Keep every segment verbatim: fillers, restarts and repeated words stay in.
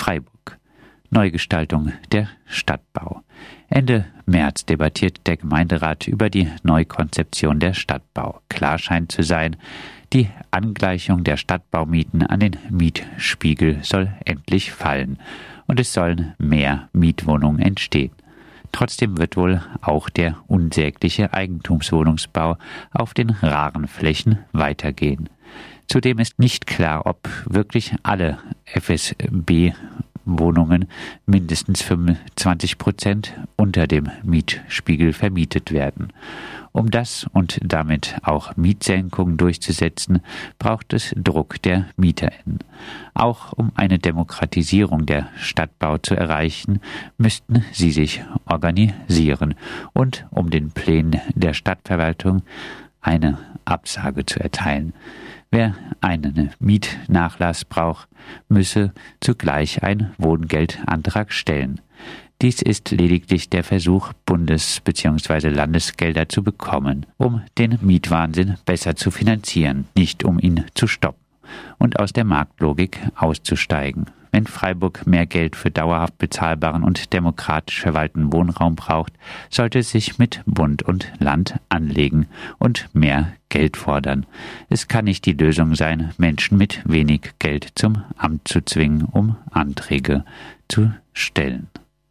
Freiburg. Neugestaltung der Stadtbau. Ende März debattiert der Gemeinderat über die Neukonzeption der Stadtbau. Klar scheint zu sein, die Angleichung der Stadtbaumieten an den Mietspiegel soll endlich fallen und es sollen mehr Mietwohnungen entstehen. Trotzdem wird wohl auch der unsägliche Eigentumswohnungsbau auf den raren Flächen weitergehen. Zudem ist nicht klar, ob wirklich alle F S B-Wohnungen mindestens fünfundzwanzig Prozent unter dem Mietspiegel vermietet werden. Um das und damit auch Mietsenkungen durchzusetzen, braucht es Druck der MieterInnen. Auch um eine Demokratisierung der Stadtbau zu erreichen, müssten sie sich organisieren und um den Plänen der Stadtverwaltung eine Absage zu erteilen. Wer einen Mietnachlass braucht, müsse zugleich einen Wohngeldantrag stellen. Dies ist lediglich der Versuch, Bundes- bzw. Landesgelder zu bekommen, um den Mietwahnsinn besser zu finanzieren, nicht um ihn zu stoppen und aus der Marktlogik auszusteigen. Wenn Freiburg mehr Geld für dauerhaft bezahlbaren und demokratisch verwalteten Wohnraum braucht, sollte es sich mit Bund und Land anlegen und mehr Geld fordern. Es kann nicht die Lösung sein, Menschen mit wenig Geld zum Amt zu zwingen, um Anträge zu stellen.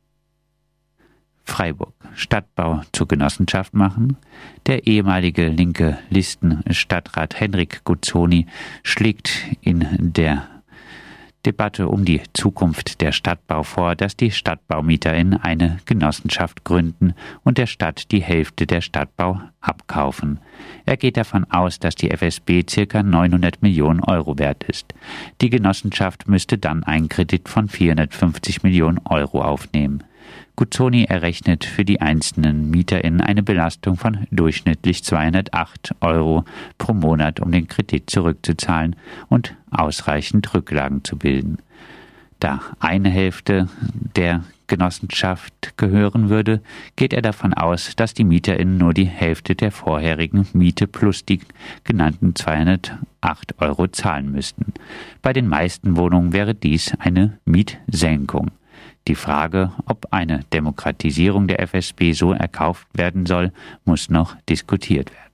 Freiburg. Stadtbau zur Genossenschaft machen. Der ehemalige linke Listenstadtrat Henrik Guzzoni schlägt in der Debatte um die Zukunft der Stadtbau vor, dass die StadtbaumieterInnen eine Genossenschaft gründen und der Stadt die Hälfte der Stadtbau abkaufen. Er geht davon aus, dass die F S B ca. neunhundert Millionen Euro wert ist. Die Genossenschaft müsste dann einen Kredit von vierhundertfünfzig Millionen Euro aufnehmen. Guzzoni errechnet für die einzelnen MieterInnen eine Belastung von durchschnittlich zweihundertacht Euro pro Monat, um den Kredit zurückzuzahlen und ausreichend Rücklagen zu bilden. Da eine Hälfte der Genossenschaft gehören würde, geht er davon aus, dass die MieterInnen nur die Hälfte der vorherigen Miete plus die genannten zweihundertacht Euro zahlen müssten. Bei den meisten Wohnungen wäre dies eine Mietsenkung. Die Frage, ob eine Demokratisierung der F S B so erkauft werden soll, muss noch diskutiert werden.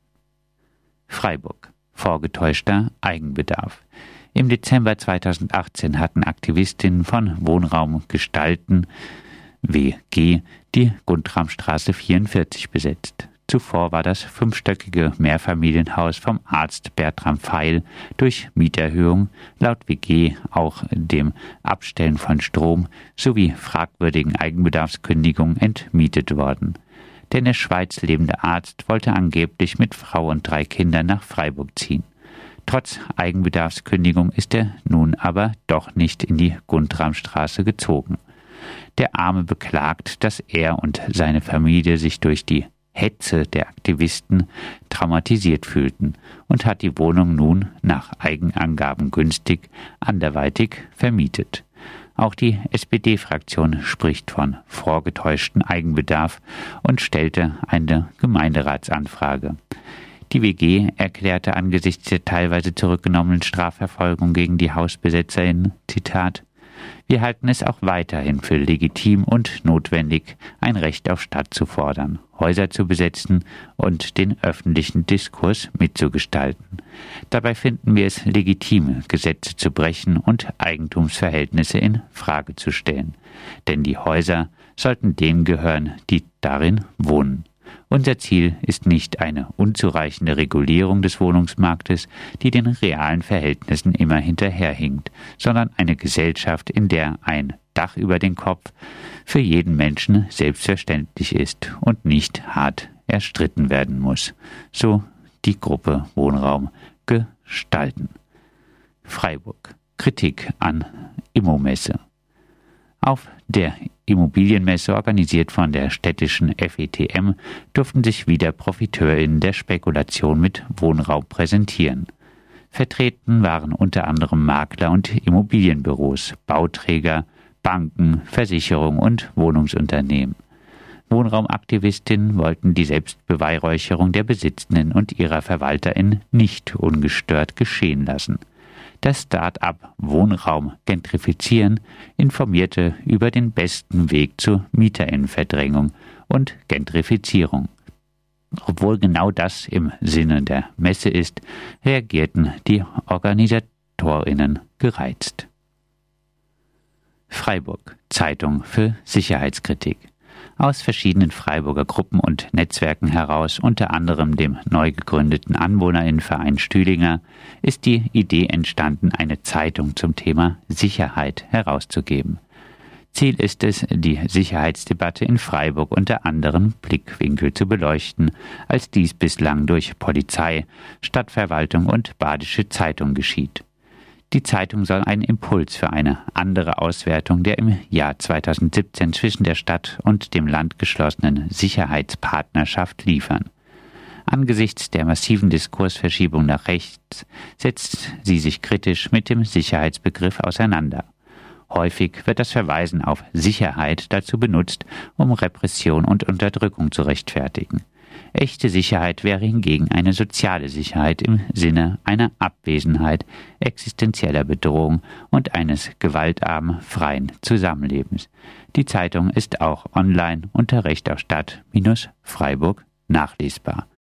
Freiburg. Vorgetäuschter Eigenbedarf. Im Dezember zweitausendachtzehn hatten Aktivistinnen von Wohnraumgestalten W G die Guntramstraße vierundvierzig besetzt. Zuvor war das fünfstöckige Mehrfamilienhaus vom Arzt Bertram Feil durch Mieterhöhung, laut W G auch dem Abstellen von Strom sowie fragwürdigen Eigenbedarfskündigungen entmietet worden. Der in der Schweiz lebende Arzt wollte angeblich mit Frau und drei Kindern nach Freiburg ziehen. Trotz Eigenbedarfskündigung ist er nun aber doch nicht in die Guntramstraße gezogen. Der Arme beklagt, dass er und seine Familie sich durch die Hetze der Aktivisten traumatisiert fühlten und hat die Wohnung nun nach Eigenangaben günstig anderweitig vermietet. Auch die S P D-Fraktion spricht von vorgetäuschten Eigenbedarf und stellte eine Gemeinderatsanfrage. Die W G erklärte angesichts der teilweise zurückgenommenen Strafverfolgung gegen die HausbesetzerInnen, Zitat, wir halten es auch weiterhin für legitim und notwendig, ein Recht auf Stadt zu fordern, Häuser zu besetzen und den öffentlichen Diskurs mitzugestalten. Dabei finden wir es legitim, Gesetze zu brechen und Eigentumsverhältnisse in Frage zu stellen. Denn die Häuser sollten denen gehören, die darin wohnen. Unser Ziel ist nicht eine unzureichende Regulierung des Wohnungsmarktes, die den realen Verhältnissen immer hinterherhinkt, sondern eine Gesellschaft, in der ein Dach über den Kopf für jeden Menschen selbstverständlich ist und nicht hart erstritten werden muss. So die Gruppe Wohnraum gestalten. Freiburg. Kritik an Immomesse. Auf der Immobilienmesse, organisiert von der städtischen F E T M, durften sich wieder ProfiteurInnen der Spekulation mit Wohnraum präsentieren. Vertreten waren unter anderem Makler und Immobilienbüros, Bauträger, Banken, Versicherungen und Wohnungsunternehmen. Wohnraumaktivistinnen wollten die Selbstbeweihräucherung der Besitzenden und ihrer VerwalterInnen nicht ungestört geschehen lassen. Das Start-up Wohnraum gentrifizieren informierte über den besten Weg zur Mieterinnenverdrängung und Gentrifizierung. Obwohl genau das im Sinne der Messe ist, reagierten die Organisatorinnen gereizt. Freiburg, Zeitung für Sicherheitskritik. Aus verschiedenen Freiburger Gruppen und Netzwerken heraus, unter anderem dem neu gegründeten Anwohnerinnenverein Stühlinger, ist die Idee entstanden, eine Zeitung zum Thema Sicherheit herauszugeben. Ziel ist es, die Sicherheitsdebatte in Freiburg unter anderen Blickwinkel zu beleuchten, als dies bislang durch Polizei, Stadtverwaltung und Badische Zeitung geschieht. Die Zeitung soll einen Impuls für eine andere Auswertung der im Jahr zweitausendsiebzehn zwischen der Stadt und dem Land geschlossenen Sicherheitspartnerschaft liefern. Angesichts der massiven Diskursverschiebung nach rechts setzt sie sich kritisch mit dem Sicherheitsbegriff auseinander. Häufig wird das Verweisen auf Sicherheit dazu benutzt, um Repression und Unterdrückung zu rechtfertigen. Echte Sicherheit wäre hingegen eine soziale Sicherheit im Sinne einer Abwesenheit existenzieller Bedrohung und eines gewaltarmen, freien Zusammenlebens. Die Zeitung ist auch online unter Recht auf Stadt Freiburg nachlesbar.